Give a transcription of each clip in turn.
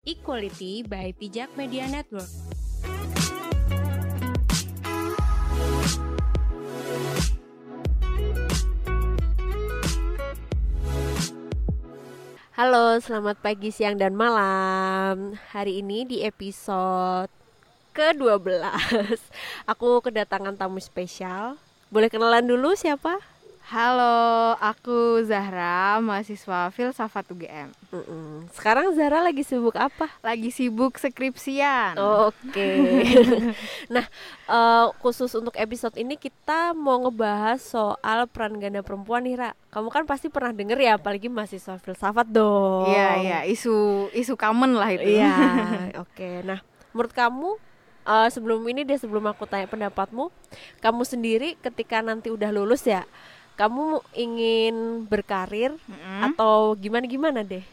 Equality by Pijak Media Network. Halo, selamat pagi, siang, dan malam. Hari ini di episode ke-12 aku kedatangan tamu spesial. Boleh kenalan dulu siapa? Halo, aku Zahra, mahasiswa Filsafat UGM. Sekarang Zahra lagi sibuk apa? Lagi sibuk skripsian. Oke. Nah, khusus untuk episode ini kita mau ngebahas soal peran ganda perempuan nih, Ra. Kamu kan pasti pernah denger ya, apalagi mahasiswa filsafat dong. Iya, isu common lah itu. Iya, oke. Nah, menurut kamu, sebelum aku tanya pendapatmu, kamu sendiri ketika nanti udah lulus ya, kamu ingin berkarir atau gimana deh?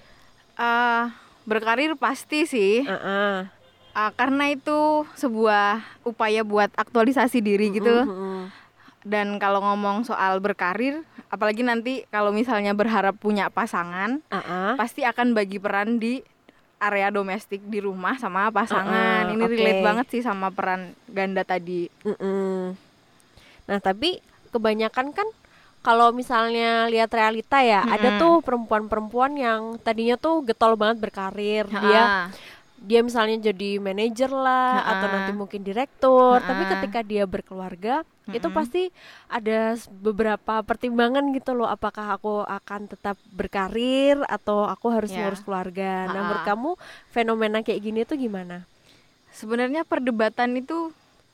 Berkarir pasti sih. Karena itu sebuah upaya buat aktualisasi diri gitu. Dan kalau ngomong soal berkarir, apalagi nanti kalau misalnya berharap punya pasangan, pasti akan bagi peran di area domestik di rumah sama pasangan. Ini relate banget sih sama peran ganda tadi. Nah, tapi kebanyakan kan kalau misalnya lihat realita ya, ada tuh perempuan-perempuan yang tadinya tuh getol banget berkarir. Dia misalnya jadi manajer lah, atau nanti mungkin direktur. Tapi ketika dia berkeluarga, itu pasti ada beberapa pertimbangan gitu loh. Apakah aku akan tetap berkarir atau aku harus ngurus keluarga. Nah, menurut kamu fenomena kayak gini tuh gimana? Sebenarnya perdebatan itu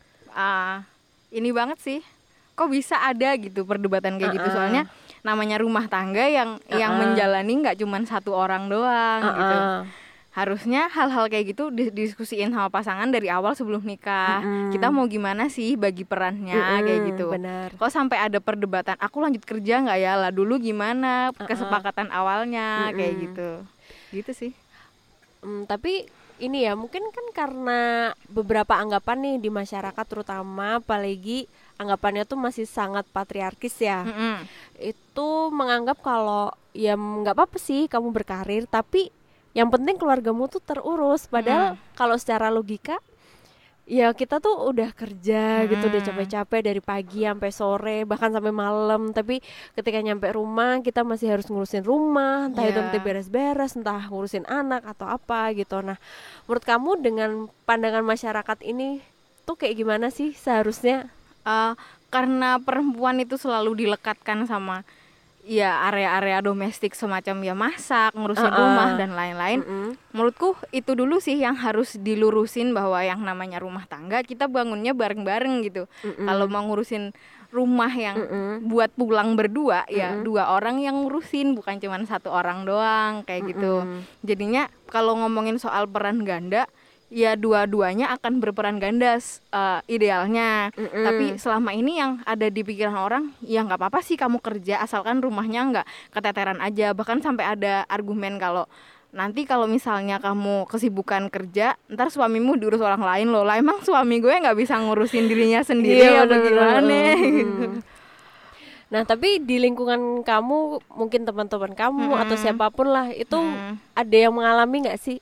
ini banget sih. Kok bisa ada gitu perdebatan kayak gitu, soalnya namanya rumah tangga yang menjalani nggak cuma satu orang doang gitu. Harusnya hal-hal kayak gitu didiskusiin sama pasangan dari awal sebelum nikah. Kita mau gimana sih bagi perannya kayak gitu. Benar. Kok sampai ada perdebatan, aku lanjut kerja nggak ya, lah dulu gimana kesepakatan awalnya kayak gitu. Gitu sih. Tapi ini ya mungkin kan karena beberapa anggapan nih di masyarakat, terutama apalagi anggapannya tuh masih sangat patriarkis ya. Itu menganggap kalau ya nggak apa-apa sih kamu berkarir, tapi yang penting keluargamu tuh terurus. Padahal kalau secara logika ya kita tuh udah kerja gitu, udah capek-capek dari pagi sampai sore, bahkan sampai malam. Tapi ketika nyampe rumah kita masih harus ngurusin rumah, entah itu nanti beres-beres, entah ngurusin anak atau apa gitu. Nah, menurut kamu dengan pandangan masyarakat ini tuh kayak gimana sih seharusnya? Karena perempuan itu selalu dilekatkan sama ya area-area domestik semacam ya masak, ngurusin rumah dan lain-lain. Menurutku itu dulu sih yang harus dilurusin, bahwa yang namanya rumah tangga kita bangunnya bareng-bareng gitu. Kalau mau ngurusin rumah yang buat pulang berdua ya dua orang yang ngurusin, bukan cuma satu orang doang kayak gitu. Jadinya kalau ngomongin soal peran ganda, ya dua-duanya akan berperan ganda idealnya. Tapi selama ini yang ada di pikiran orang, ya nggak apa-apa sih kamu kerja asalkan rumahnya nggak keteteran aja. Bahkan sampai ada argumen kalau nanti kalau misalnya kamu kesibukan kerja, ntar suamimu diurus orang lain loh. Lah emang suami gue nggak bisa ngurusin dirinya sendiri apa gimana gitu. Nah, tapi di lingkungan kamu, mungkin teman-teman kamu atau siapapun lah, itu ada yang mengalami nggak sih?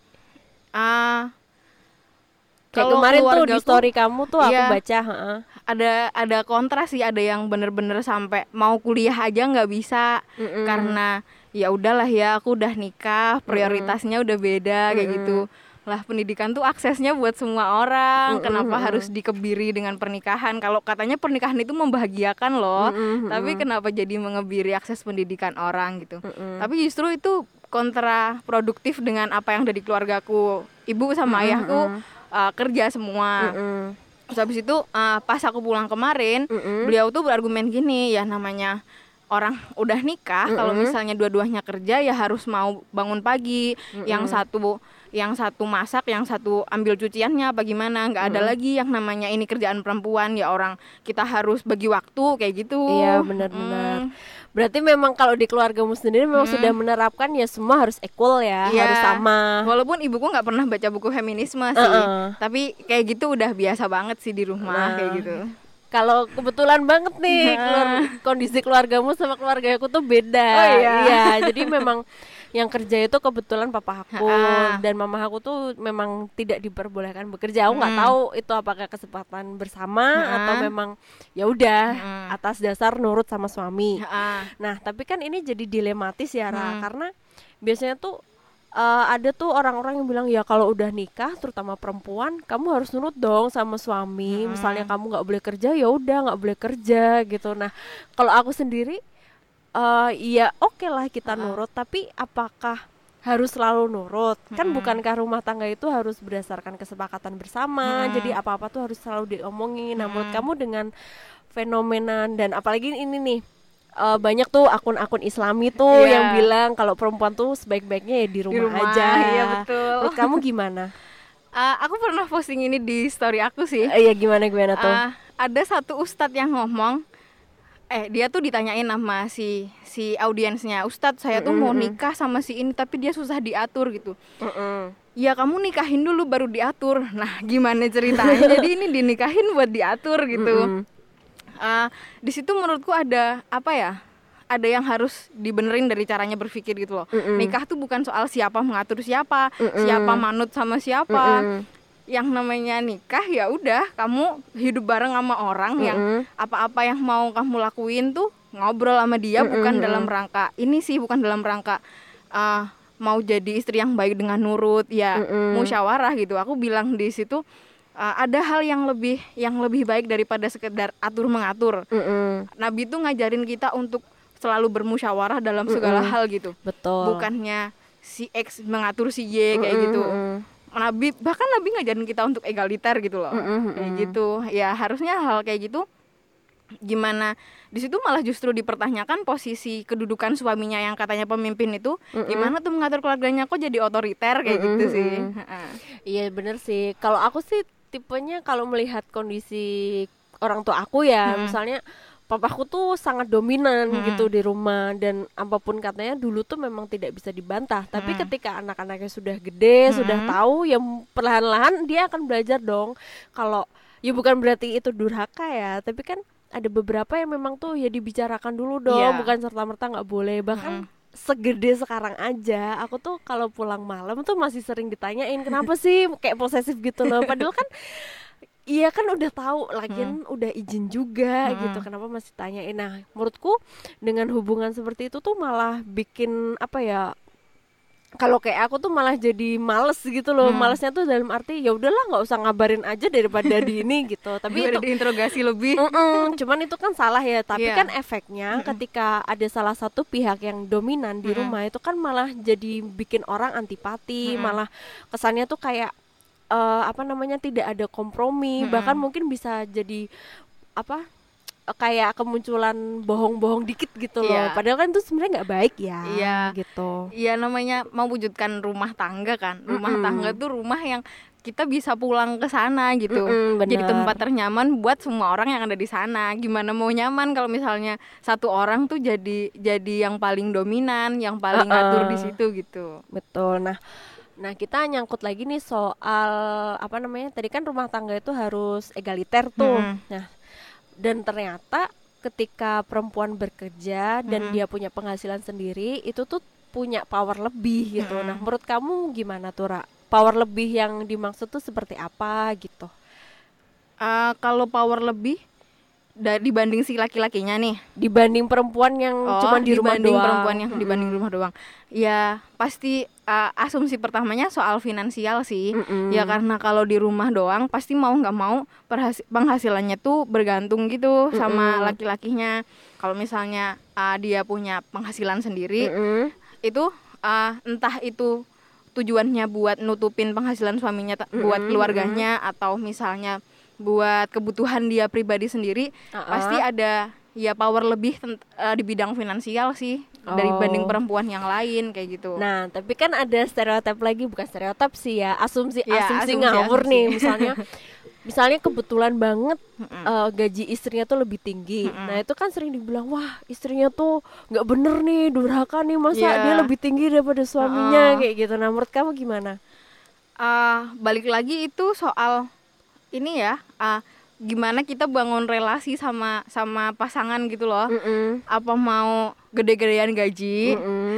Kayak kemarin tuh di story kamu tuh aku baca ada kontra sih, ada yang bener-bener sampai mau kuliah aja nggak bisa karena ya udahlah ya aku udah nikah, prioritasnya udah beda kayak gitu. Lah pendidikan tuh aksesnya buat semua orang, kenapa harus dikebiri dengan pernikahan? Kalau katanya pernikahan itu membahagiakan loh, tapi kenapa jadi mengebiri akses pendidikan orang gitu? Tapi justru itu kontraproduktif dengan apa yang dari keluargaku. Ibu sama ayahku kerja semua. Terus habis itu pas aku pulang kemarin, beliau tuh berargumen gini, ya namanya orang udah nikah, kalau misalnya dua-duanya kerja ya harus mau bangun pagi, yang satu masak, yang satu ambil cuciannya apa gimana. Nggak ada lagi yang namanya ini kerjaan perempuan, ya orang kita harus bagi waktu kayak gitu. Iya, benar-benar. Berarti memang kalau di keluargamu sendiri memang sudah menerapkan ya semua harus equal ya, harus sama. Walaupun ibuku nggak pernah baca buku feminisme sih, tapi kayak gitu udah biasa banget sih di rumah kayak gitu. Kalau kebetulan banget nih kondisi keluargamu sama keluarga aku tuh beda. Iya, jadi memang yang kerja itu kebetulan papa aku dan mama aku tuh memang tidak diperbolehkan bekerja. Aku nggak tahu itu apakah kesepakatan bersama atau memang ya udah atas dasar nurut sama suami. Nah tapi kan ini jadi dilematis ya Ra, karena biasanya tuh ada tuh orang-orang yang bilang ya kalau udah nikah terutama perempuan kamu harus nurut dong sama suami. Misalnya kamu nggak boleh kerja ya udah nggak boleh kerja gitu. Nah kalau aku sendiri ya oke lah kita nurut, tapi apakah harus selalu nurut? Kan bukankah rumah tangga itu harus berdasarkan kesepakatan bersama, jadi apa-apa tuh harus selalu diomongin. Nah menurut kamu dengan fenomena dan apalagi ini nih banyak tuh akun-akun Islami tuh yang bilang kalau perempuan tuh sebaik-baiknya ya di rumah aja. Iya betul. Menurut kamu gimana? Aku pernah posting ini di story aku sih. Iya gimana tuh? Ada satu ustadz yang ngomong, dia tuh ditanyain sama si audiensnya, Ustadz saya tuh mau nikah sama si ini tapi dia susah diatur gitu. Ya kamu nikahin dulu baru diatur. Nah gimana ceritanya? Jadi ini dinikahin buat diatur gitu. Di situ menurutku ada apa ya? Ada yang harus dibenerin dari caranya berpikir gitu loh. Nikah tuh bukan soal siapa mengatur siapa, siapa manut sama siapa. Yang namanya nikah ya udah kamu hidup bareng sama orang yang apa-apa yang mau kamu lakuin tuh ngobrol sama dia, bukan dalam rangka ini sih, bukan dalam rangka mau jadi istri yang baik dengan nurut ya, musyawarah gitu. Aku bilang di situ ada hal yang lebih baik daripada sekedar atur mengatur. Nabi tuh ngajarin kita untuk selalu bermusyawarah dalam segala hal gitu. Betul. Bukannya si X mengatur si Y kayak gitu. Nabi ngajarin kita untuk egaliter gitu loh. Kayak gitu. Ya harusnya hal kayak gitu gimana di situ malah justru dipertanyakan posisi kedudukan suaminya yang katanya pemimpin itu, gimana tuh mengatur keluarganya kok jadi otoriter kayak gitu sih. Iya bener sih. Kalau aku sih tipenya kalau melihat kondisi orang tua aku ya, misalnya papaku tuh sangat dominan gitu di rumah, dan apapun katanya dulu tuh memang tidak bisa dibantah. Tapi ketika anak-anaknya sudah gede, sudah tahu, ya perlahan-lahan dia akan belajar dong. Kalau ya bukan berarti itu durhaka ya, tapi kan ada beberapa yang memang tuh ya dibicarakan dulu dong, bukan serta-merta nggak boleh. Bahkan segede sekarang aja, aku tuh kalau pulang malam tuh masih sering ditanyain kenapa sih kayak posesif gitu loh. Padahal kan iya kan udah tahu, lagian udah izin juga gitu, kenapa masih tanyain. Nah menurutku dengan hubungan seperti itu tuh malah bikin apa ya, kalau kayak aku tuh malah jadi males gitu loh. Malesnya tuh dalam arti ya udahlah nggak usah ngabarin aja daripada di ini gitu. Tapi itu diinterogasi lebih. Cuman itu kan salah ya. Tapi kan efeknya ketika ada salah satu pihak yang dominan di rumah itu kan malah jadi bikin orang antipati, malah kesannya tuh kayak tidak ada kompromi, bahkan mungkin bisa jadi kayak kemunculan bohong-bohong dikit gitu loh. Padahal kan itu sebenarnya nggak baik ya. Gitu. Iya namanya mewujudkan rumah tangga kan. Rumah tangga tuh rumah yang kita bisa pulang ke sana gitu. Jadi tempat ternyaman buat semua orang yang ada di sana. Gimana mau nyaman kalau misalnya satu orang tuh jadi yang paling dominan, yang paling ngatur di situ gitu. Betul. Nah kita nyangkut lagi nih soal tadi kan rumah tangga itu harus egaliter tuh. Nah dan ternyata ketika perempuan bekerja dan dia punya penghasilan sendiri, itu tuh punya power lebih gitu. Nah menurut kamu gimana tuh Ra? Power lebih yang dimaksud tuh seperti apa gitu? Kalau power lebih dibanding si laki-lakinya nih, dibanding perempuan yang cuma di rumah doang. Perempuan yang dibanding rumah doang. Ya pasti asumsi pertamanya soal finansial sih. Ya karena kalau di rumah doang pasti mau nggak mau penghasilannya tuh bergantung gitu sama laki-lakinya. Kalau misalnya dia punya penghasilan sendiri, itu entah itu tujuannya buat nutupin penghasilan suaminya buat keluarganya, atau misalnya buat kebutuhan dia pribadi sendiri, pasti ada ya power lebih di bidang finansial sih dari banding perempuan yang lain kayak gitu. Nah tapi kan ada stereotip lagi, bukan stereotip sih ya, asumsi ngawur nih. Misalnya kebetulan banget gaji istrinya tuh lebih tinggi. Nah itu kan sering dibilang, wah istrinya tuh nggak bener nih, durhaka nih, masa dia lebih tinggi daripada suaminya kayak gitu. Nah menurut kamu gimana? Balik lagi itu soal ini ya, gimana kita bangun relasi sama pasangan gitu loh. Apa mau gede-gedean gaji,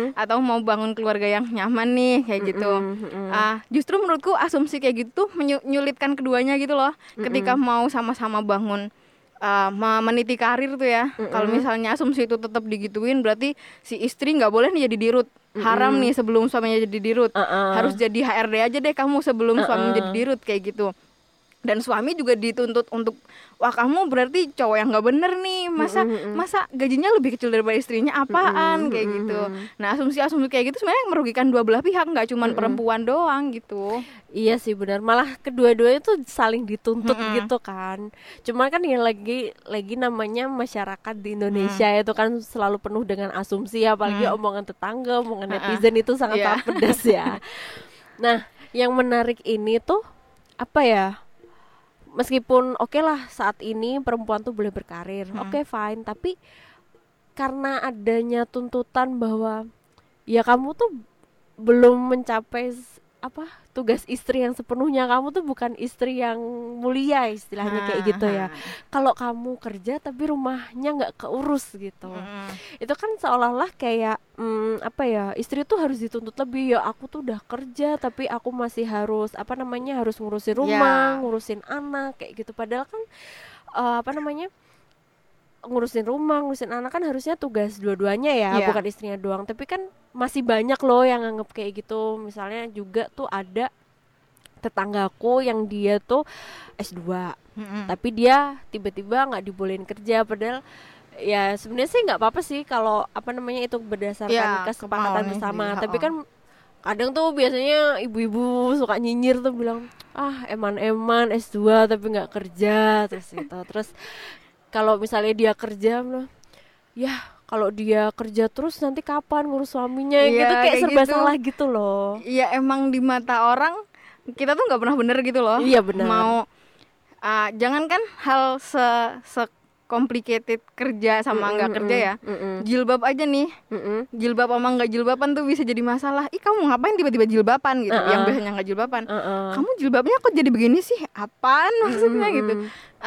atau mau bangun keluarga yang nyaman nih kayak gitu. Justru menurutku asumsi kayak gitu menyulitkan keduanya gitu loh. Ketika mau sama-sama bangun meniti karir tuh ya. Kalau misalnya asumsi itu tetap digituin, berarti si istri nggak boleh nih jadi dirut. Haram nih sebelum suaminya jadi dirut. Harus jadi HRD aja deh kamu sebelum suami jadi dirut kayak gitu. Dan suami juga dituntut untuk, wah kamu berarti cowok yang nggak bener nih, masa gajinya lebih kecil daripada istrinya, apaan kayak gitu. Nah asumsi kayak gitu sebenarnya merugikan dua belah pihak, nggak cuma perempuan doang gitu. Iya sih benar, malah kedua-duanya tuh saling dituntut gitu kan. Cuman kan yang lagi namanya masyarakat di Indonesia itu kan selalu penuh dengan asumsi, apalagi omongan tetangga, omongan netizen itu sangat pedas ya. Nah yang menarik ini tuh apa ya? Meskipun oke lah saat ini perempuan tuh boleh berkarir, oke fine, tapi karena adanya tuntutan bahwa ya kamu tuh belum mencapai tugas istri yang sepenuhnya, kamu tuh bukan istri yang mulia istilahnya kayak gitu ya. Kalau kamu kerja tapi rumahnya nggak keurus gitu, itu kan seolah-olah kayak istri tuh harus dituntut lebih. Ya aku tuh udah kerja tapi aku masih harus harus ngurusin rumah, ngurusin anak kayak gitu. Padahal kan ngurusin rumah, ngurusin anak kan harusnya tugas dua-duanya ya, bukan istrinya doang. Tapi kan masih banyak loh yang nganggep kayak gitu. Misalnya juga tuh ada tetanggaku yang dia tuh S2, tapi dia tiba-tiba nggak dibolehin kerja, padahal ya sebenarnya sih nggak apa-apa sih kalau itu berdasarkan kesepakatan bersama. Tapi kan kadang tuh biasanya ibu-ibu suka nyinyir tuh bilang, eman-eman S2 tapi nggak kerja terus gitu. Terus kalau misalnya dia kerja, kalau dia kerja terus nanti kapan ngurus suaminya gitu, kayak serba gitu. Salah gitu loh. Iya emang di mata orang kita tuh nggak pernah bener gitu loh. Iya benar. Mau jangankan hal complicated kerja sama nggak kerja ya, jilbab aja nih, jilbab sama nggak jilbaban tuh bisa jadi masalah. Ih kamu ngapain tiba-tiba jilbaban gitu, yang biasanya nggak jilbaban, kamu jilbabnya kok jadi begini sih, apaan maksudnya gitu.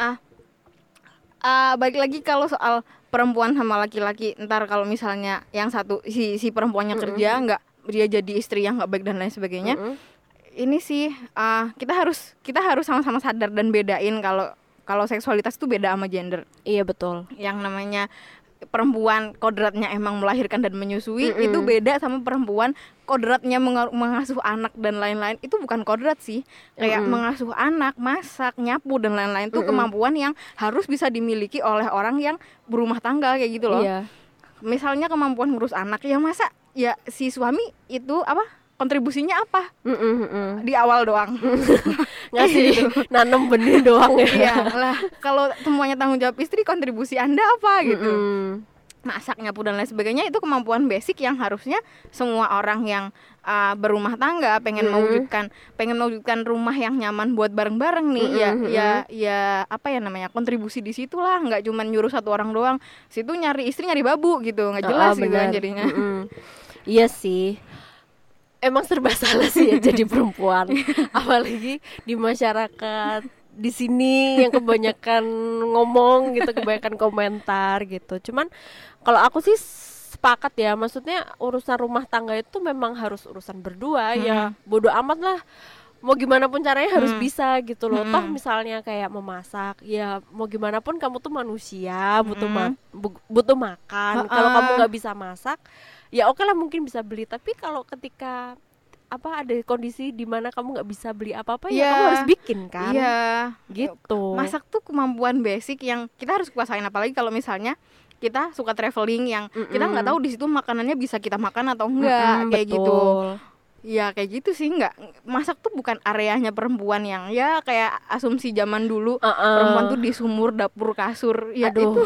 Balik lagi kalau soal perempuan sama laki-laki, ntar kalau misalnya yang satu si perempuannya kerja nggak, dia jadi istri yang nggak baik dan lain sebagainya. Ini sih kita harus sama-sama sadar dan bedain kalau seksualitas itu beda sama gender. Iya betul. Yang namanya perempuan kodratnya emang melahirkan dan menyusui, itu beda sama perempuan kodratnya mengasuh anak dan lain-lain. Itu bukan kodrat sih, kayak mengasuh anak, masak, nyapu dan lain-lain itu kemampuan yang harus bisa dimiliki oleh orang yang berumah tangga kayak gitu loh. Misalnya kemampuan ngurus anak, ya masa ya si suami itu kontribusinya apa? Di awal doang. Ngasih nanam benih doang ya. Iya lah, kalau semuanya tanggung jawab istri, kontribusi Anda apa gitu. Masak, nyapu dan lain sebagainya itu kemampuan basic yang harusnya semua orang yang berumah tangga pengen mewujudkan rumah yang nyaman buat bareng-bareng nih, kontribusi di situ lah, nggak cuma nyuruh satu orang doang. Situ nyari istri nyari babu gitu, nggak jelas gitu kan jadinya. Iya sih. Emang serba salah sih ya jadi perempuan, apalagi di masyarakat di sini yang kebanyakan ngomong gitu, kebanyakan komentar gitu. Cuman kalau aku sih sepakat ya, maksudnya urusan rumah tangga itu memang harus urusan berdua. Ya bodo amat lah, mau gimana pun caranya harus bisa gitu loh. Toh misalnya kayak memasak, ya mau gimana pun kamu tuh manusia, butuh makan. Kalau kamu nggak bisa masak, ya oke lah mungkin bisa beli. Tapi kalau ketika ada kondisi di mana kamu nggak bisa beli apa-apa, ya kamu harus bikin kan. Gitu. Masak tuh kemampuan basic yang kita harus kuasain, apalagi kalau misalnya kita suka traveling yang kita nggak tahu di situ makanannya bisa kita makan atau enggak, kayak betul. Gitu. Ya kayak gitu sih, masak tuh bukan areanya perempuan yang ya kayak asumsi zaman dulu perempuan tuh di sumur, dapur, kasur. Ya itu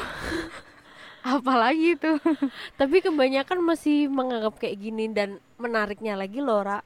apalagi itu. Tapi kebanyakan masih menganggap kayak gini. Dan menariknya lagi Lora,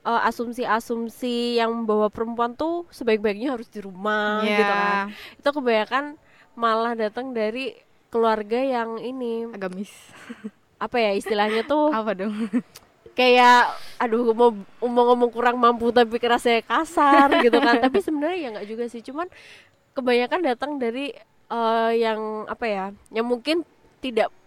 asumsi yang bahwa perempuan tuh sebaik-baiknya harus di rumah gitu kan. Itu kebanyakan malah datang dari keluarga yang ini agamis. Istilahnya tuh apa dong? Kayak mau ngomong kurang mampu tapi kerasa kasar gitu kan. Tapi sebenarnya ya nggak juga sih. Cuman kebanyakan datang dari yang mungkin tidak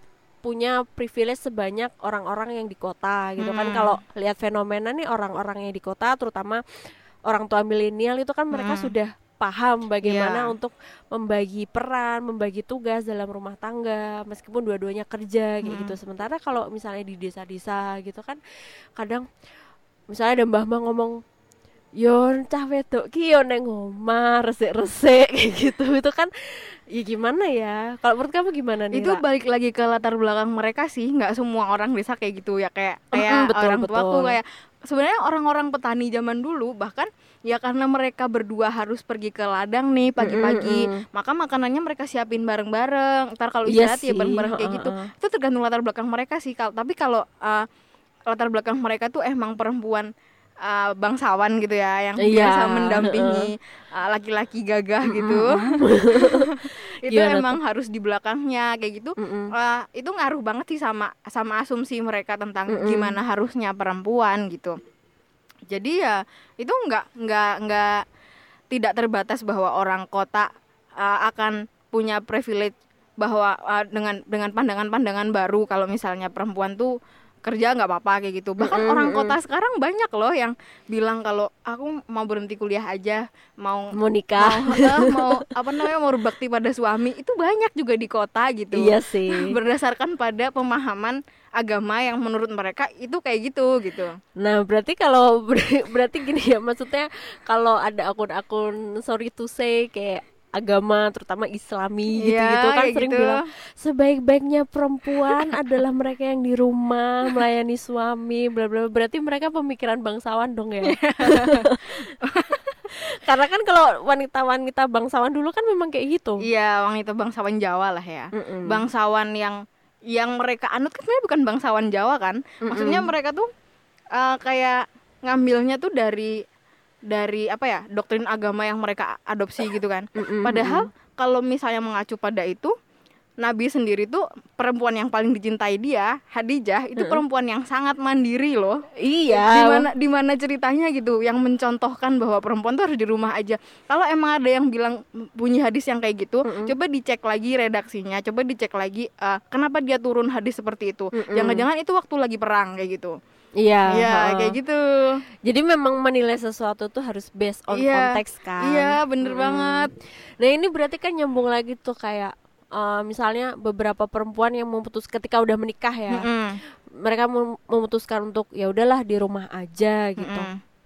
punya privilege sebanyak orang-orang yang di kota gitu kan. Kalau lihat fenomena nih orang-orang yang di kota, terutama orang tua milenial itu kan mereka sudah paham bagaimana untuk membagi peran, membagi tugas dalam rumah tangga meskipun dua-duanya kerja kayak gitu. Sementara kalau misalnya di desa-desa gitu kan kadang misalnya ada mbah-mbah ngomong yon cah wedok ki yo neng omah resik-resik kayak gitu. Itu kan ya gimana ya? Kalau menurut kamu gimana nih? Itu balik lagi ke latar belakang mereka sih, nggak semua orang desa kayak gitu ya, kayak betul, orang tuaku kayak sebenarnya orang-orang petani zaman dulu bahkan ya karena mereka berdua harus pergi ke ladang nih pagi-pagi, maka makanannya mereka siapin bareng-bareng. Ntar kalau istirahat ya bareng-bareng kayak gitu. Itu tergantung latar belakang mereka sih. Tapi kalau latar belakang mereka tuh emang perempuan bangsawan gitu ya, yang biasa mendampingi laki-laki gagah gitu. Itu emang harus di belakangnya kayak gitu. Itu ngaruh banget sih sama asumsi mereka tentang gimana harusnya perempuan gitu. Jadi ya itu nggak tidak terbatas bahwa orang kota akan punya privilege bahwa dengan pandangan-pandangan baru kalau misalnya perempuan tuh kerja nggak apa-apa kayak gitu. Bahkan orang kota sekarang banyak loh yang bilang kalau aku mau berhenti kuliah aja, mau nikah, mau berbakti pada suami. Itu banyak juga di kota gitu. Iya sih. Berdasarkan pada pemahaman agama yang menurut mereka itu kayak gitu. Nah berarti berarti gini ya, maksudnya kalau ada akun-akun sorry to say kayak agama terutama Islami gitu-gitu kan sering bilang sebaik-baiknya perempuan adalah mereka yang di rumah melayani suami bla bla. Berarti mereka pemikiran bangsawan dong ya. Karena kan kalau wanita-wanita bangsawan dulu kan memang kayak gitu. Iya, wanita bangsawan Jawa lah ya. Bangsawan yang mereka anut kan sebenarnya bukan bangsawan Jawa kan. Maksudnya mereka tuh kayak ngambilnya tuh dari apa ya, doktrin agama yang mereka adopsi gitu kan. Padahal kalau misalnya mengacu pada itu, Nabi sendiri tuh perempuan yang paling dicintai dia, Khadijah, itu perempuan yang sangat mandiri loh. Iya. Di mana ceritanya gitu yang mencontohkan bahwa perempuan tuh harus di rumah aja. Kalau emang ada yang bilang bunyi hadis yang kayak gitu, coba dicek lagi redaksinya, coba dicek lagi kenapa dia turun hadis seperti itu. Jangan-jangan itu waktu lagi perang kayak gitu. Iya, kayak gitu. Jadi memang menilai sesuatu tuh harus based on konteks kan. Iya, bener banget. Nah ini berarti kan nyambung lagi tuh kayak misalnya beberapa perempuan yang ketika udah menikah ya, mereka memutuskan untuk ya udahlah di rumah aja gitu.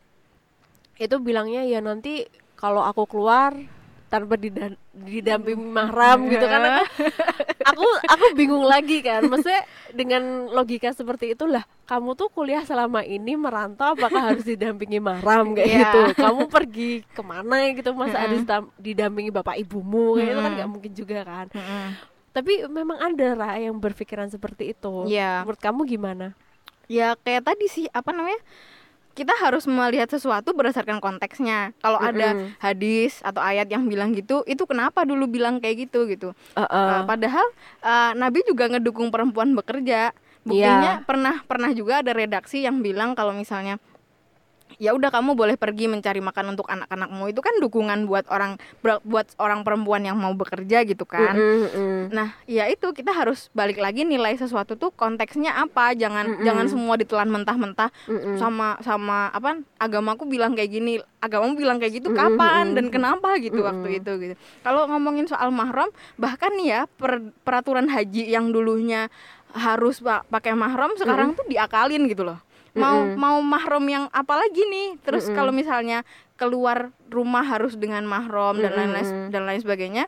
Itu bilangnya ya nanti kalau aku keluar tanpa didampingi mahram gitu kan. Aku bingung lagi kan, maksudnya dengan logika seperti itulah kamu tuh kuliah selama ini merantau apakah harus didampingi mahram kayak gitu. Kamu pergi kemana gitu, masa harus didampingi bapak ibumu kayak itu kan nggak mungkin juga kan. Tapi memang ada yang berpikiran seperti itu. Menurut kamu gimana? Ya kayak tadi sih kita harus melihat sesuatu berdasarkan konteksnya. Kalau ada hadis atau ayat yang bilang gitu, itu kenapa dulu bilang kayak gitu. Padahal Nabi juga ngedukung perempuan bekerja. Buktinya pernah juga ada redaksi yang bilang kalau misalnya ya udah kamu boleh pergi mencari makan untuk anak-anakmu, itu kan dukungan buat orang perempuan yang mau bekerja gitu kan. Nah ya itu kita harus balik lagi nilai sesuatu tuh konteksnya apa, jangan semua ditelan mentah-mentah sama apa agamaku bilang kayak gini, agamamu bilang kayak gitu, kapan dan kenapa gitu waktu itu gitu. Kalau ngomongin soal mahram, bahkan nih ya peraturan haji yang dulunya harus pakai mahram sekarang tuh diakalin gitu loh. Mau mahram yang apa lagi nih, terus kalau misalnya keluar rumah harus dengan mahram dan lain sebagainya.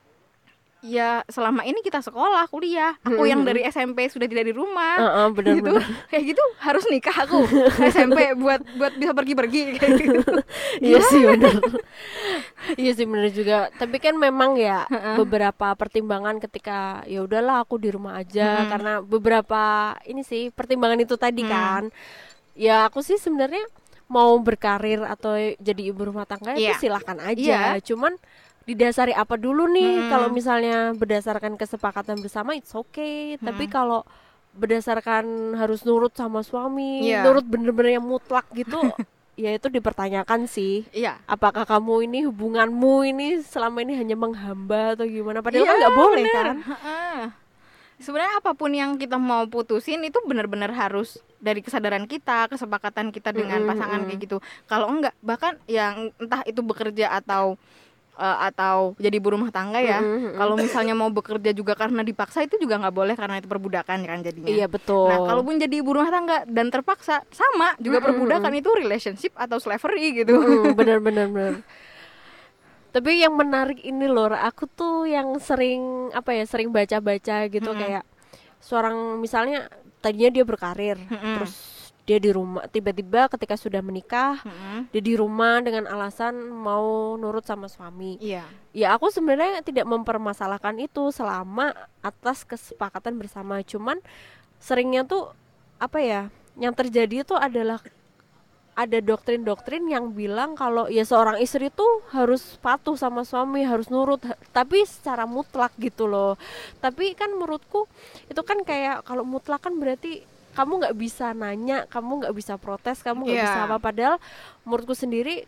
Ya selama ini kita sekolah, kuliah, aku yang dari SMP sudah tidak di rumah, gitu. Kayak gitu harus nikah aku SMP buat bisa pergi-pergi kayak gitu. Iya sih benar. Iya sih benar juga. Tapi kan memang ya beberapa pertimbangan ketika ya udahlah aku di rumah aja karena beberapa ini sih pertimbangan itu tadi kan. Ya aku sih sebenarnya mau berkarir atau jadi ibu rumah tangga itu silahkan aja. Cuman didasari apa dulu nih? Kalau misalnya berdasarkan kesepakatan bersama it's okay. Tapi kalau berdasarkan harus nurut sama suami, nurut bener-bener yang mutlak gitu, ya itu dipertanyakan sih. Apakah kamu ini hubunganmu ini selama ini hanya menghamba atau gimana? Padahal kan nggak boleh kan? sebenarnya apapun yang kita mau putusin itu benar-benar harus dari kesadaran kita, kesepakatan kita dengan pasangan kayak gitu. Kalau enggak, bahkan yang entah itu bekerja atau jadi ibu rumah tangga ya. Kalau misalnya mau bekerja juga karena dipaksa itu juga nggak boleh, karena itu perbudakan kan jadinya. Iya betul. Nah, kalaupun jadi ibu rumah tangga dan terpaksa, sama juga perbudakan, itu relationship atau slavery gitu. Bener. Tapi yang menarik ini loh, aku tuh yang sering sering baca-baca gitu, kayak seorang misalnya tadinya dia berkarir, terus dia di rumah, tiba-tiba ketika sudah menikah, dia di rumah dengan alasan mau nurut sama suami. Iya. Ya aku sebenarnya tidak mempermasalahkan itu selama atas kesepakatan bersama. Cuman seringnya tuh yang terjadi itu adalah ada doktrin-doktrin yang bilang kalau ya seorang istri tuh harus patuh sama suami, harus nurut, tapi secara mutlak gitu loh. Tapi kan menurutku itu kan kayak kalau mutlak kan berarti kamu nggak bisa nanya, kamu nggak bisa protes, kamu nggak bisa apa. Padahal menurutku sendiri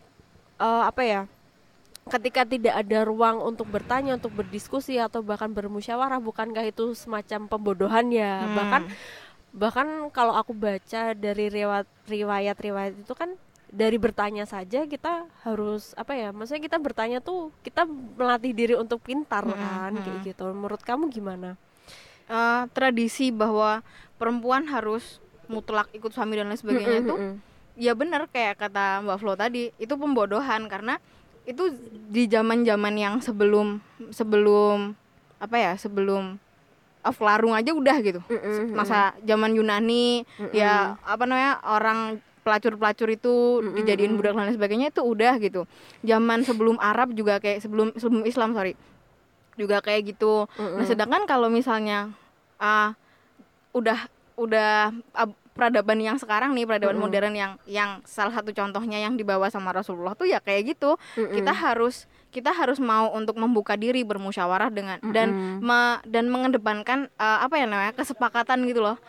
ketika tidak ada ruang untuk bertanya, untuk berdiskusi atau bahkan bermusyawarah, bukankah itu semacam pembodohan ya? Bahkan kalau aku baca dari riwayat itu kan dari bertanya saja kita harus maksudnya kita bertanya tuh kita melatih diri untuk pintar kan, kayak gitu. Menurut kamu gimana? Tradisi bahwa perempuan harus mutlak ikut suami dan lain sebagainya itu ya benar kayak kata Mbak Flo tadi, itu pembodohan, karena itu di zaman-zaman yang sebelum Aflarung aja udah gitu. Masa zaman Yunani ya orang pelacur-pelacur itu dijadiin budak dan lain sebagainya itu udah gitu. Zaman sebelum Arab juga kayak sebelum Islam juga kayak gitu. Nah, sedangkan kalau misalnya udah peradaban yang sekarang nih, peradaban modern yang salah satu contohnya yang dibawa sama Rasulullah tuh ya kayak gitu. Kita harus mau untuk membuka diri, bermusyawarah dengan dan mengedepankan kesepakatan gitu loh.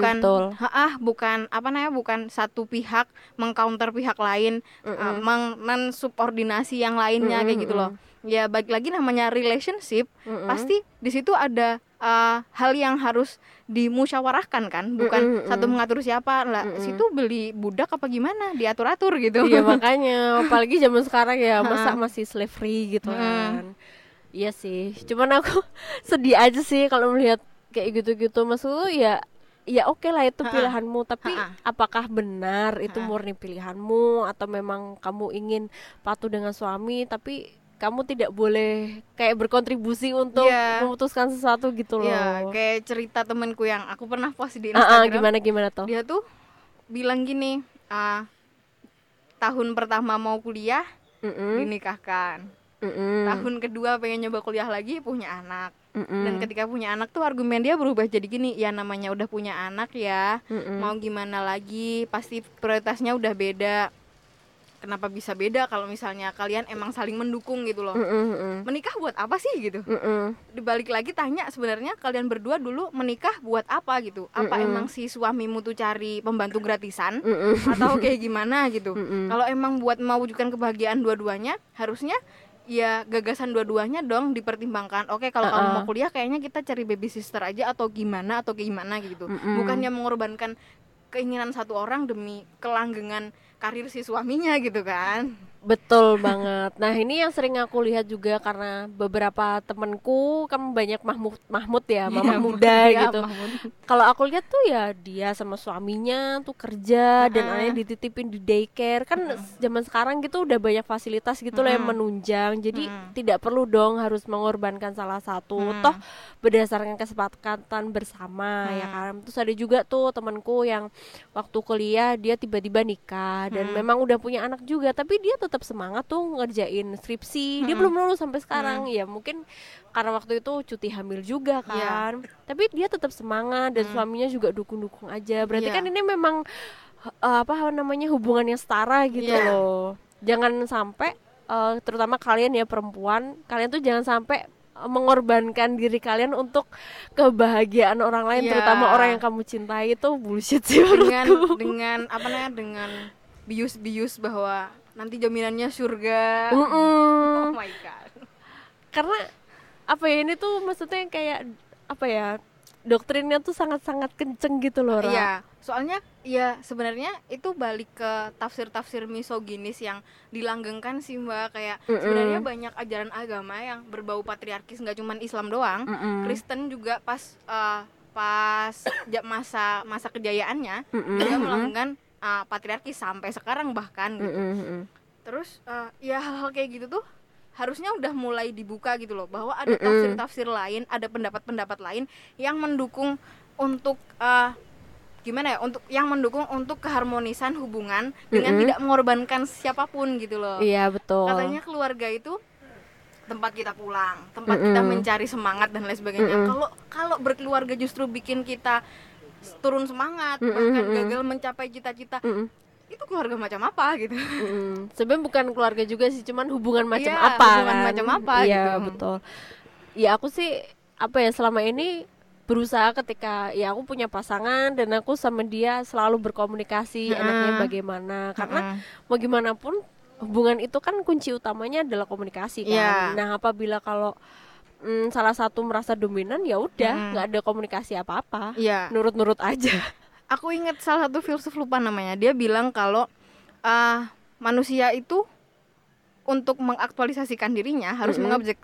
Bukan satu pihak mengcounter pihak lain, mensubordinasi yang lainnya kayak gitu loh. Ya balik lagi namanya relationship, pasti di situ ada hal yang harus dimusyawarahkan kan, bukan satu mengatur siapa lah. Situ beli budak apa gimana, diatur-atur gitu. Iya makanya, apalagi zaman sekarang ya, masa masih slavery gitu kan. Iya sih, cuman aku sedih aja sih kalau melihat kayak gitu-gitu. Maksudku ya oke lah itu pilihanmu, tapi apakah benar itu murni pilihanmu atau memang kamu ingin patuh dengan suami tapi kamu tidak boleh kayak berkontribusi untuk memutuskan sesuatu gitu loh. Iya, kayak cerita temanku yang aku pernah post di Instagram. Gimana tuh? Dia tuh bilang gini, tahun pertama mau kuliah dinikahkan. Tahun kedua pengen nyoba kuliah lagi, punya anak. Dan ketika punya anak tuh argumen dia berubah jadi gini, ya namanya udah punya anak ya, mau gimana lagi, pasti prioritasnya udah beda. Kenapa bisa beda kalau misalnya kalian emang saling mendukung gitu loh. Menikah buat apa sih gitu. Dibalik lagi tanya, sebenarnya kalian berdua dulu menikah buat apa gitu. Apa emang si suamimu tuh cari pembantu gratisan atau kayak gimana gitu. Kalau emang buat mewujudkan kebahagiaan dua-duanya, harusnya ya gagasan dua-duanya dong dipertimbangkan. Oke, kalau kamu mau kuliah kayaknya kita cari baby sister aja atau gimana gitu. Bukannya mengorbankan keinginan satu orang demi kelanggengan karir si suaminya gitu kan. Betul banget. Nah ini yang sering aku lihat juga karena beberapa temenku kan banyak Mahmud ya, mama muda gitu. Kalau aku lihat tuh ya dia sama suaminya tuh kerja dan anaknya dititipin di daycare. Kan zaman sekarang gitu udah banyak fasilitas gitu loh yang menunjang. Jadi tidak perlu dong harus mengorbankan salah satu. Toh berdasarkan kesepakatan bersama ya kan. Terus ada juga tuh temanku yang waktu kuliah dia tiba-tiba nikah dan memang udah punya anak juga, tapi dia tetap semangat tuh ngerjain skripsi. Dia belum lulus sampai sekarang. Ya mungkin karena waktu itu cuti hamil juga kan. Tapi dia tetap semangat dan suaminya juga dukung-dukung aja. Berarti kan ini memang hubungan yang setara gitu loh. Jangan sampai terutama kalian ya perempuan, kalian tuh jangan sampai mengorbankan diri kalian untuk kebahagiaan orang lain, terutama orang yang kamu cintai. Itu bullshit sih menurutku. Dengan bius bahwa nanti jaminannya surga. Oh my god. Karena ini tuh maksudnya kayak doktrinnya tuh sangat-sangat kenceng gitu loh, Ra. Iya, soalnya ya sebenarnya itu balik ke tafsir-tafsir misoginis yang dilanggengkan sih Mbak. Kayak sebenarnya banyak ajaran agama yang berbau patriarkis, nggak cuman Islam doang. Kristen juga pas masa kejayaannya juga melanggengkan patriarkis sampai sekarang bahkan gitu. Terus ya hal-hal kayak gitu tuh harusnya udah mulai dibuka gitu loh, bahwa ada tafsir-tafsir lain, ada pendapat-pendapat lain yang mendukung untuk gimana ya, untuk yang mendukung untuk keharmonisan hubungan dengan tidak mengorbankan siapapun gitu loh. Iya, betul. Katanya keluarga itu tempat kita pulang, tempat kita mencari semangat dan lain sebagainya. Kalau berkeluarga justru bikin kita turun semangat, bahkan gagal mencapai cita-cita, itu keluarga macam apa gitu. Sebenarnya bukan keluarga juga sih, cuman hubungan macam Iya, apa hubungan kan. macam apa Iya, gitu. betul. Ya aku sih apa ya, selama ini berusaha ketika ya aku punya pasangan dan aku sama dia selalu berkomunikasi enaknya bagaimana, karena mau gimana pun hubungan itu kan kunci utamanya adalah komunikasi kan. Yeah. Nah, apabila kalau salah satu merasa dominan, ya udah nggak ada komunikasi apa-apa. Iya. Nurut-nurut aja. Aku ingat salah satu filsuf, lupa namanya, dia bilang kalau manusia itu untuk mengaktualisasikan dirinya harus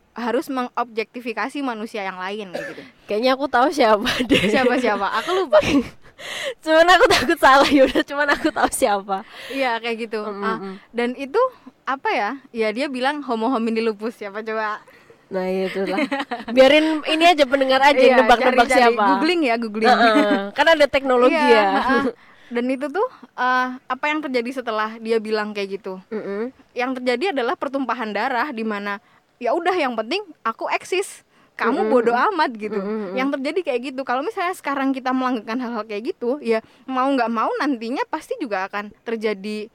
mengobjektifikasi manusia yang lain gitu. Kayaknya aku tahu siapa deh. Siapa? Aku lupa. Cuman aku takut salah, yaudah, cuman aku tahu siapa. Iya kayak gitu. Dan itu apa ya? Ya dia bilang homo homini lupus, siapa coba? Nah itulah. Biarin ini aja pendengar aja yang nebak-nebak siapa. Googling. Kan ada teknologi ya. Dan itu tuh apa yang terjadi setelah dia bilang kayak gitu? Yang terjadi adalah pertumpahan darah, di mana ya udah yang penting aku eksis, kamu bodoh amat gitu. Yang terjadi kayak gitu. Kalau misalnya sekarang kita melanggengkan hal-hal kayak gitu, ya mau nggak mau nantinya pasti juga akan terjadi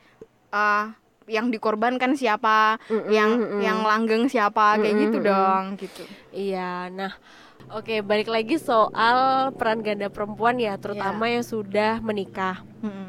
yang dikorbankan siapa, yang langgeng siapa, kayak gitu dong gitu. Iya. Nah, oke, balik lagi soal peran ganda perempuan ya, terutama yang sudah menikah.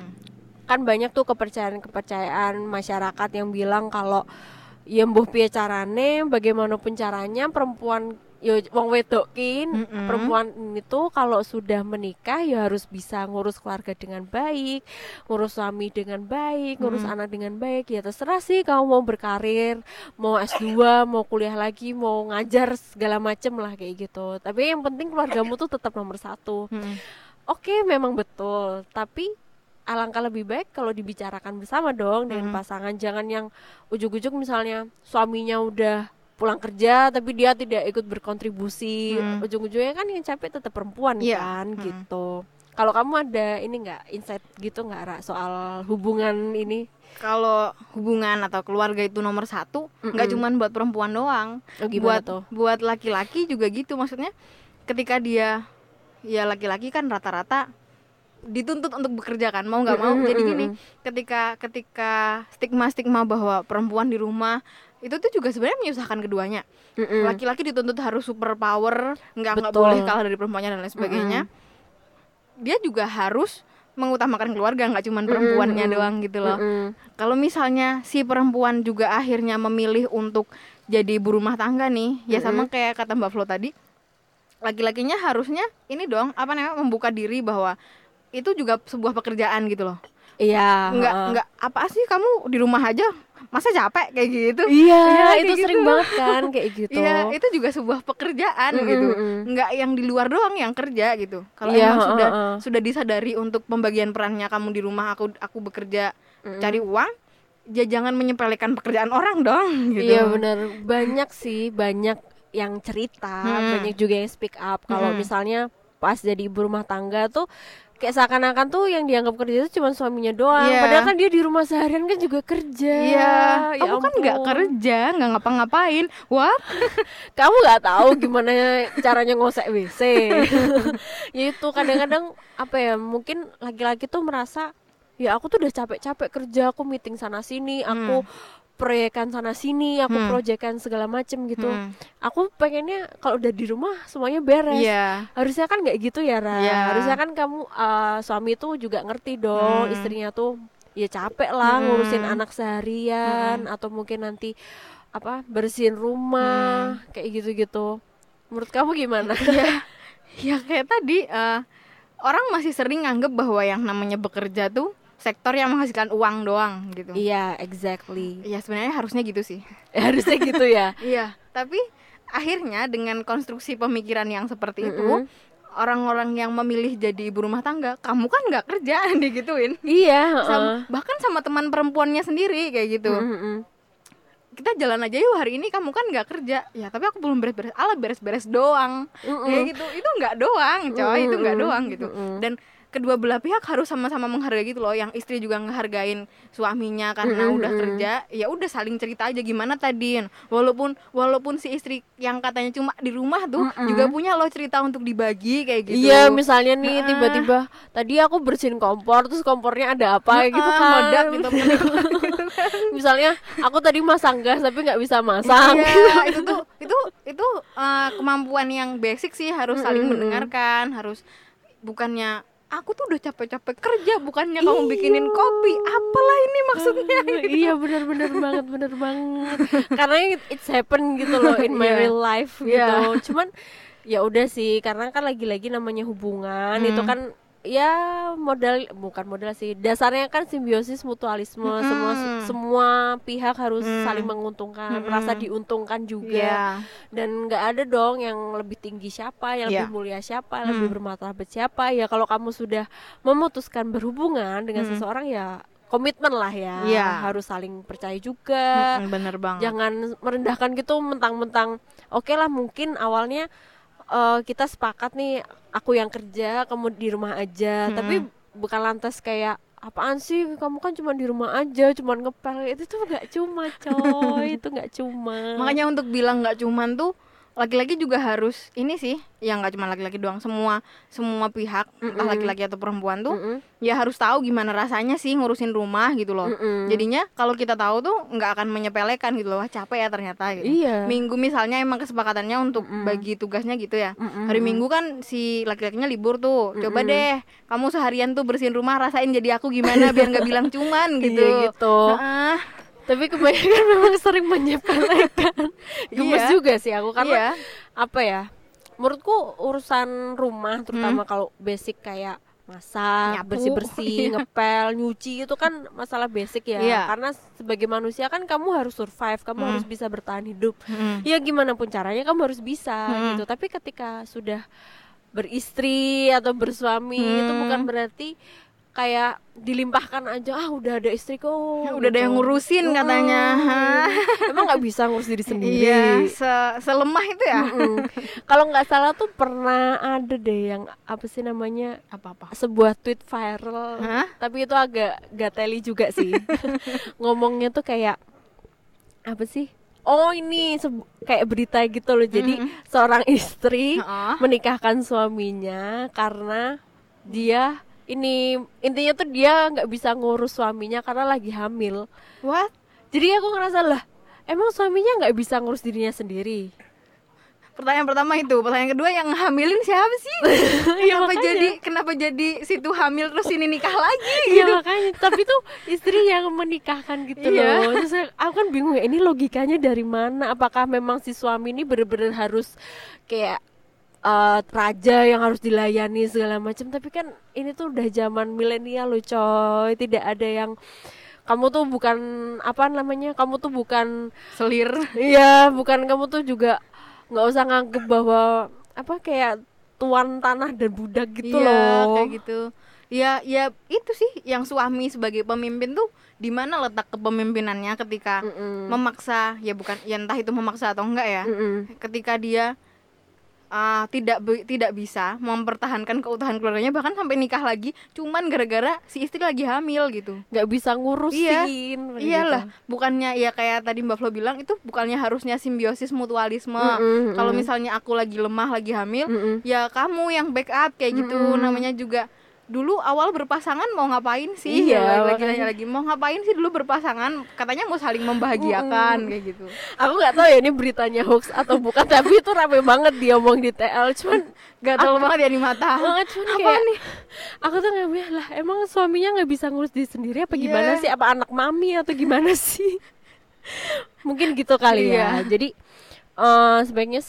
Kan banyak tuh kepercayaan masyarakat yang bilang kalau ya mbuh piye carane, bagaimanapun caranya perempuan yo wong wedokin, perempuan ini tuh kalau sudah menikah ya harus bisa ngurus keluarga dengan baik, ngurus suami dengan baik, ngurus anak dengan baik. Ya terserah sih kamu mau berkarir, mau S2, mau kuliah lagi, mau ngajar segala macem lah kayak gitu. Tapi yang penting keluargamu tuh tetap nomor satu. Oke, memang betul, tapi alangkah lebih baik kalau dibicarakan bersama dong dengan pasangan. Jangan yang ujug-ujug misalnya suaminya udah pulang kerja tapi dia tidak ikut berkontribusi, ujung-ujungnya kan yang capek tetap perempuan kan gitu. Kalau kamu ada ini nggak, insight gitu nggak, Ra, soal hubungan ini? Kalau hubungan atau keluarga itu nomor satu, nggak cuman buat perempuan doang, buat laki-laki juga gitu. Maksudnya ketika dia, ya laki-laki kan rata-rata dituntut untuk bekerja kan, mau nggak mau. Jadi gini, ketika stigma bahwa perempuan di rumah itu tuh juga sebenarnya menyusahkan keduanya. Laki-laki dituntut harus super power, nggak boleh kalah dari perempuannya dan lain sebagainya. Dia juga harus mengutamakan keluarga, nggak cuma perempuannya doang gitu loh. Kalau misalnya si perempuan juga akhirnya memilih untuk jadi ibu rumah tangga nih, ya sama kayak kata Mbak Flo tadi, laki-lakinya harusnya ini dong, apa namanya, membuka diri bahwa itu juga sebuah pekerjaan gitu loh. Iya. Nggak apa sih kamu di rumah aja, masa capek kayak gitu. Iya, itu gitu. Sering banget kan kayak gitu. Iya, itu juga sebuah pekerjaan gitu. Nggak yang di luar doang yang kerja gitu. Kalau emang sudah disadari untuk pembagian perannya, kamu di rumah, aku bekerja cari uang, ya jangan menyepelekan pekerjaan orang dong gitu. Iya benar, banyak sih, banyak yang cerita, banyak juga yang speak up kalau misalnya pas jadi ibu rumah tangga tuh kayak seakan-akan tuh yang dianggap kerja itu cuma suaminya doang. Padahal kan dia di rumah seharian kan juga kerja. Kamu kan nggak kerja, nggak ngapa-ngapain. What? Kamu nggak tahu gimana caranya ngosek WC. Ya itu kadang-kadang apa ya, mungkin laki-laki tuh merasa ya aku tuh udah capek-capek kerja, aku meeting sana sini, aku proyekan sana sini, aku proyekan segala macem gitu. Aku pengennya kalau udah di rumah semuanya beres. Harusnya kan nggak gitu ya, Ra. Harusnya kan kamu suami tuh juga ngerti dong istrinya tuh ya capek lah ngurusin anak seharian, atau mungkin nanti apa bersihin rumah kayak gitu-gitu. Menurut kamu gimana? Ya kayak tadi orang masih sering nganggep bahwa yang namanya bekerja tuh sektor yang menghasilkan uang doang gitu. Iya, exactly. Ya sebenarnya harusnya gitu sih. Harusnya gitu ya. Iya, tapi akhirnya dengan konstruksi pemikiran yang seperti itu, orang-orang yang memilih jadi ibu rumah tangga, kamu kan nggak kerja, digituin. Iya, bahkan sama teman perempuannya sendiri kayak gitu. Kita jalan aja yuk hari ini, kamu kan nggak kerja. Ya tapi aku belum beres-beres, beres-beres doang. Kayak gitu, itu nggak doang coy, itu nggak doang gitu. Dan kedua belah pihak harus sama-sama menghargai gitu loh. Yang istri juga ngehargain suaminya karena udah kerja, ya udah saling cerita aja gimana tadi. Walaupun si istri yang katanya cuma di rumah tuh juga punya loh cerita untuk dibagi kayak gitu. Iya, misalnya nih tiba-tiba tadi aku bersihin kompor, terus kompornya ada apa gitu kan. Meledak gitu. Misalnya aku tadi masang gas tapi nggak bisa masang. Iya, itu kemampuan yang basic sih, harus saling mendengarkan, harus bukannya aku tuh udah capek-capek kerja, bukannya kamu bikinin kopi, apalah ini maksudnya gitu. Iya, benar banget. Karena it's happen gitu loh in my real life gitu. Cuman ya udah sih, karena kan lagi-lagi namanya hubungan itu kan ya bukan modal sih, dasarnya kan simbiosis mutualisme. Semua pihak harus saling menguntungkan, merasa diuntungkan juga. Dan nggak ada dong yang lebih tinggi siapa, yang lebih mulia siapa, lebih bermartabat siapa. Ya kalau kamu sudah memutuskan berhubungan dengan seseorang, ya komitmen lah ya, harus saling percaya juga. Bener banget. Jangan merendahkan gitu mentang-mentang. Oke lah, mungkin awalnya kita sepakat nih, aku yang kerja, kamu di rumah aja. Tapi bukan lantas kayak apaan sih, kamu kan cuma di rumah aja, cuma ngepel. Itu tuh nggak cuma coy. Itu nggak cuma. Makanya untuk bilang nggak cuman tuh laki-laki juga harus ini sih, ya nggak cuma laki-laki doang, semua pihak, entah laki-laki atau perempuan tuh ya harus tahu gimana rasanya sih ngurusin rumah gitu loh. Jadinya kalau kita tahu tuh nggak akan menyepelekan gitu loh, wah capek ya ternyata gitu. Minggu misalnya emang kesepakatannya untuk bagi tugasnya gitu ya, hari Minggu kan si laki-lakinya libur tuh, coba deh kamu seharian tuh bersihin rumah, rasain jadi aku gimana biar nggak bilang cuman gitu. Iya gitu. Tapi kebanyakan memang sering menyepelekan. Gemes juga sih aku, karena apa ya, menurutku urusan rumah terutama kalau basic kayak masak, bersih-bersih, ngepel, nyuci itu kan masalah basic ya. Karena sebagai manusia kan kamu harus survive, kamu harus bisa bertahan hidup. Ya gimana pun caranya kamu harus bisa gitu. Tapi ketika sudah beristri atau bersuami, itu bukan berarti kayak dilimpahkan aja, udah ada istri kok, udah gitu. Ada yang ngurusin katanya. Emang nggak bisa ngurus diri sendiri? Iya, selemah itu ya. Kalau nggak salah tuh pernah ada deh yang apa sih namanya, sebuah tweet viral, tapi itu agak gateli juga sih. Ngomongnya tuh kayak apa sih? Oh ini kayak berita gitu loh. Jadi seorang istri menikahkan suaminya karena dia intinya tuh dia nggak bisa ngurus suaminya karena lagi hamil. What? Jadi aku ngerasa lah, emang suaminya nggak bisa ngurus dirinya sendiri? Pertanyaan pertama itu. Pertanyaan kedua, yang hamilin siapa sih? Kenapa jadi situ hamil terus ini nikah lagi? Iya makanya. Tapi tuh istri yang menikahkan gitu loh. Terus aku kan bingung ya, ini logikanya dari mana? Apakah memang si suami ini bener-bener harus kayak raja yang harus dilayani segala macam? Tapi kan ini tuh udah zaman milenial loh coy. Tidak ada yang kamu tuh bukan kamu tuh bukan selir. Iya, bukan, kamu tuh juga nggak usah nganggep bahwa kayak tuan tanah dan budak gitu loh. Kayak gitu. Ya itu sih yang suami sebagai pemimpin tuh di mana letak kepemimpinannya ketika memaksa, ya bukan ya entah itu memaksa atau enggak ya. Ketika dia tidak bisa mempertahankan keutuhan keluarganya, bahkan sampai nikah lagi cuman gara-gara si istri lagi hamil gitu, nggak bisa ngurusin. Iyalah, bukannya ya kayak tadi Mbak Flo bilang, itu bukannya harusnya simbiosis mutualisme. Kalau misalnya aku lagi lemah, lagi hamil, ya kamu yang backup kayak gitu. Namanya juga dulu awal berpasangan mau ngapain sih? Lagi mau ngapain sih dulu berpasangan? Katanya mau saling membahagiakan kayak gitu. Aku nggak tahu ya ini beritanya hoax atau bukan, tapi itu rame banget dia omong di TL. Cuman nggak tahu banget ya di mata. Cuman kayak nih, aku tuh nggak lah, emang suaminya nggak bisa ngurus diri sendiri apa gimana sih? Apa anak mami atau gimana sih? Mungkin gitu kali ya. Jadi sebaiknya sih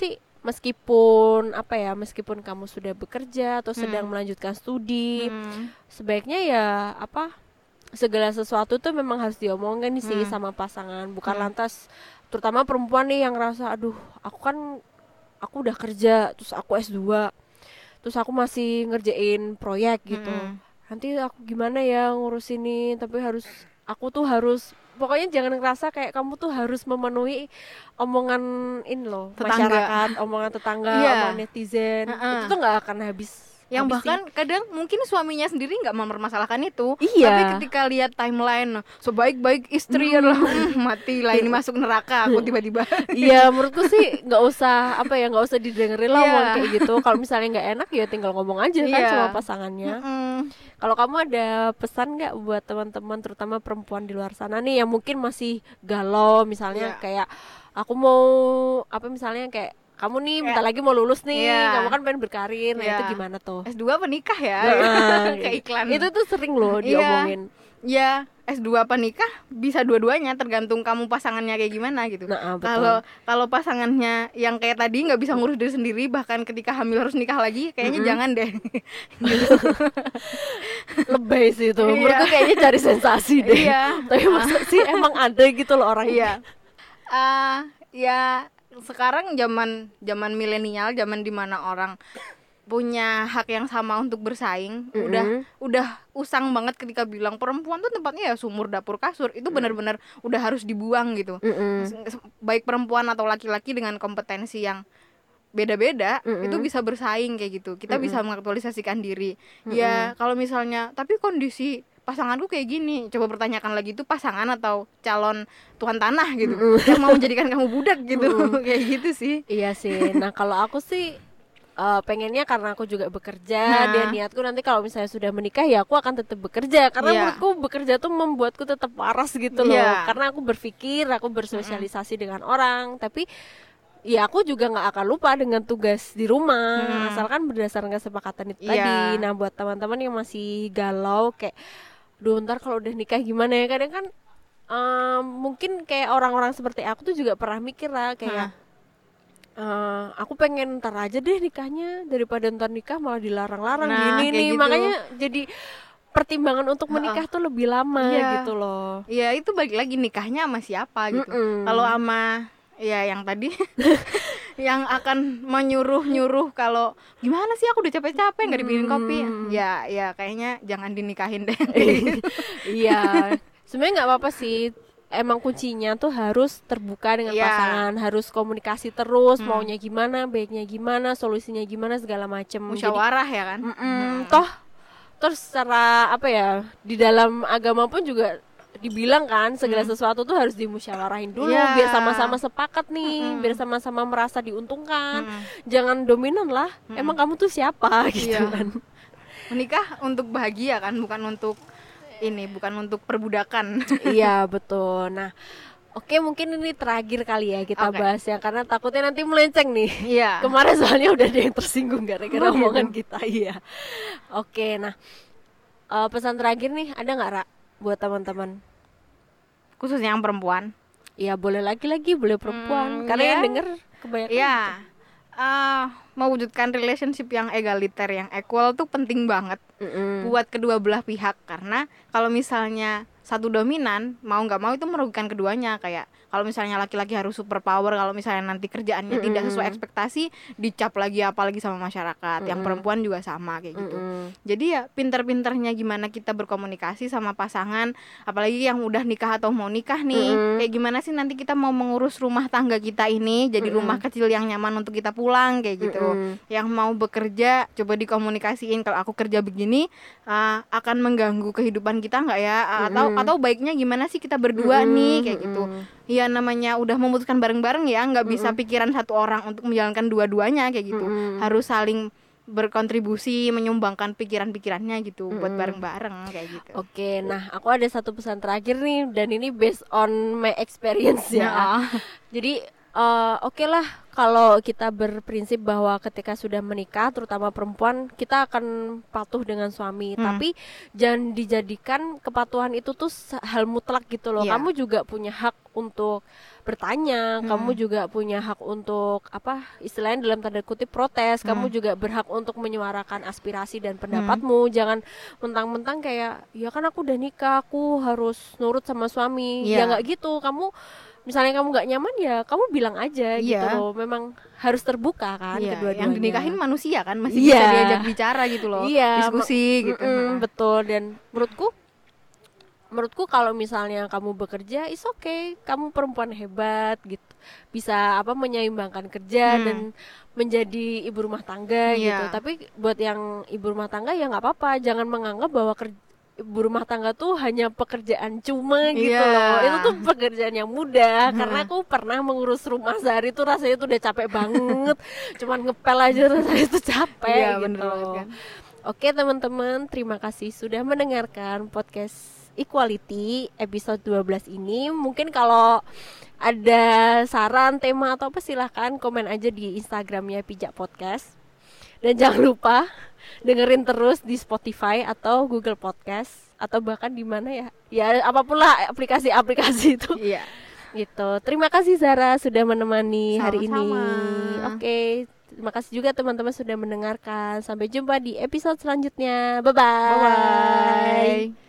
meskipun meskipun kamu sudah bekerja atau sedang melanjutkan studi, sebaiknya ya segala sesuatu tuh memang harus diomongin sih sama pasangan, bukan lantas terutama perempuan nih yang ngerasa aduh aku udah kerja terus aku S2 terus aku masih ngerjain proyek gitu. Nanti aku gimana ya ngurus ini, tapi aku tuh harus pokoknya jangan ngerasa kayak kamu tuh harus memenuhi omongan ini loh, masyarakat, omongan tetangga, omongan netizen. Itu tuh nggak akan habis. Yang bahkan kadang mungkin suaminya sendiri nggak mempermasalahkan itu, iya. Tapi ketika lihat timeline sebaik-baik istri adalah mati lah ini masuk neraka aku tiba-tiba. Iya, menurutku sih nggak usah didengerin lah omongan kayak gitu. Kalau misalnya nggak enak ya tinggal ngomong aja kan sama pasangannya. Kalau kamu ada pesan nggak buat teman-teman terutama perempuan di luar sana nih yang mungkin masih galau misalnya kayak aku mau misalnya kayak kamu nih bentar lagi mau lulus nih, kamu kan pengen berkarir, nah itu gimana tuh? S2 apa nikah ya? Kayak iklan. Itu tuh sering loh diomongin. Ya, S2 apa nikah bisa dua-duanya, tergantung kamu pasangannya kayak gimana gitu. Kalau pasangannya yang kayak tadi nggak bisa ngurus diri sendiri, bahkan ketika hamil harus nikah lagi, kayaknya jangan deh. Lebay sih itu. Menurutku kayaknya cari sensasi deh. Tapi masa sih emang ada gitu loh orang. Ya sekarang zaman milenial, zaman dimana orang punya hak yang sama untuk bersaing, udah usang banget ketika bilang perempuan tuh tempatnya ya sumur dapur kasur. Itu benar-benar udah harus dibuang gitu. Baik perempuan atau laki-laki dengan kompetensi yang beda-beda itu bisa bersaing kayak gitu. Kita bisa mengaktualisasikan diri. Ya kalau misalnya tapi kondisi pasanganku kayak gini, coba pertanyakan lagi itu pasangan atau calon tuan tanah gitu yang mau menjadikan kamu budak gitu. Kayak gitu sih. Iya sih. Nah kalau aku sih pengennya karena aku juga bekerja, dan niatku nanti kalau misalnya sudah menikah ya aku akan tetap bekerja karena menurutku bekerja tuh membuatku tetap waras gitu loh. Karena aku berpikir, aku bersosialisasi dengan orang, tapi ya aku juga nggak akan lupa dengan tugas di rumah, asalkan berdasarkan kesepakatan itu tadi. Nah buat teman-teman yang masih galau kayak duh ntar kalau udah nikah gimana ya, kadang kan mungkin kayak orang-orang seperti aku tuh juga pernah mikir lah kayak aku pengen ntar aja deh nikahnya daripada ntar nikah malah dilarang-larang gini nih gitu. Makanya jadi pertimbangan untuk menikah tuh lebih lama gitu loh. Iya itu balik lagi nikahnya sama siapa gitu. Kalau sama yang tadi yang akan menyuruh kalau gimana sih aku udah capek-capek nggak dibikinin kopi, ya kayaknya jangan dinikahin deh. Iya sebenarnya nggak apa-apa sih, emang kuncinya tuh harus terbuka dengan pasangan, harus komunikasi terus, maunya gimana, baiknya gimana, solusinya gimana, segala macem. Musyawarah ya kan. Toh terus secara di dalam agama pun juga dibilang kan segala sesuatu tuh harus dimusyawarahin dulu biar sama-sama sepakat nih, biar sama-sama merasa diuntungkan. Jangan dominan lah. Emang kamu tuh siapa gitu kan. Menikah untuk bahagia kan, bukan untuk perbudakan. Iya betul. Nah oke, mungkin ini terakhir kali ya kita bahas ya, karena takutnya nanti melenceng nih. Kemarin soalnya udah ada yang tersinggung gara-gara omongan kita. Oke, nah pesan terakhir nih ada nggak Ra buat teman-teman? Khususnya yang perempuan. Ya boleh laki-laki, boleh perempuan. Karena yang denger kebanyakan mewujudkan relationship yang egaliter, yang equal tuh penting banget buat kedua belah pihak. Karena kalau misalnya satu dominan, mau nggak mau itu merugikan keduanya. Kayak kalau misalnya laki-laki harus super power, kalau misalnya nanti kerjaannya tidak sesuai ekspektasi, dicap lagi apalagi sama masyarakat. Yang perempuan juga sama kayak gitu. Jadi ya pinter-pinternya gimana kita berkomunikasi sama pasangan, apalagi yang udah nikah atau mau nikah nih, kayak gimana sih nanti kita mau mengurus rumah tangga kita ini jadi rumah kecil yang nyaman untuk kita pulang kayak gitu. Yang mau bekerja coba dikomunikasiin, kalau aku kerja begini akan mengganggu kehidupan kita nggak ya, atau baiknya gimana sih kita berdua nih kayak gitu. Ya namanya udah memutuskan bareng-bareng ya, nggak bisa pikiran satu orang untuk menjalankan dua-duanya kayak gitu. Harus saling berkontribusi, menyumbangkan pikiran-pikirannya gitu buat bareng-bareng kayak gitu. Oke, nah aku ada satu pesan terakhir nih, dan ini based on my experience ya. Jadi Oke lah kalau kita berprinsip bahwa ketika sudah menikah, terutama perempuan, kita akan patuh dengan suami. Tapi jangan dijadikan kepatuhan itu tuh hal mutlak gitu loh. Kamu juga punya hak untuk bertanya, kamu juga punya hak untuk istilahnya dalam tanda kutip protes. Kamu juga berhak untuk menyuarakan aspirasi dan pendapatmu. Jangan mentang-mentang kayak ya kan aku udah nikah, aku harus nurut sama suami. Ya nggak gitu. Misalnya kamu nggak nyaman ya kamu bilang aja gitu loh. Memang harus terbuka kan kedua-duanya. Yang dinikahin manusia kan masih bisa diajak bicara gitu loh, diskusi gitu. Betul. Dan menurutku kalau misalnya kamu bekerja is okay, kamu perempuan hebat gitu, bisa menyeimbangkan kerja dan menjadi ibu rumah tangga gitu. Tapi buat yang ibu rumah tangga ya nggak apa-apa, jangan menganggap bahwa ibu rumah tangga tuh hanya pekerjaan cuma gitu loh. Itu tuh pekerjaan yang mudah. Karena aku pernah mengurus rumah sehari tuh rasanya tuh udah capek banget. Cuman ngepel aja rasanya tuh capek gitu. Kan? Oke teman-teman, terima kasih sudah mendengarkan podcast Equality episode 12 ini. Mungkin kalau ada saran, tema atau apa silahkan komen aja di Instagramnya Pijak Podcast. Dan jangan lupa dengerin terus di Spotify atau Google Podcast atau bahkan di mana ya apapun lah aplikasi-aplikasi itu. Gitu. Terima kasih Zara sudah menemani hari ini. Oke, terima kasih juga teman-teman sudah mendengarkan. Sampai jumpa di episode selanjutnya. Bye bye.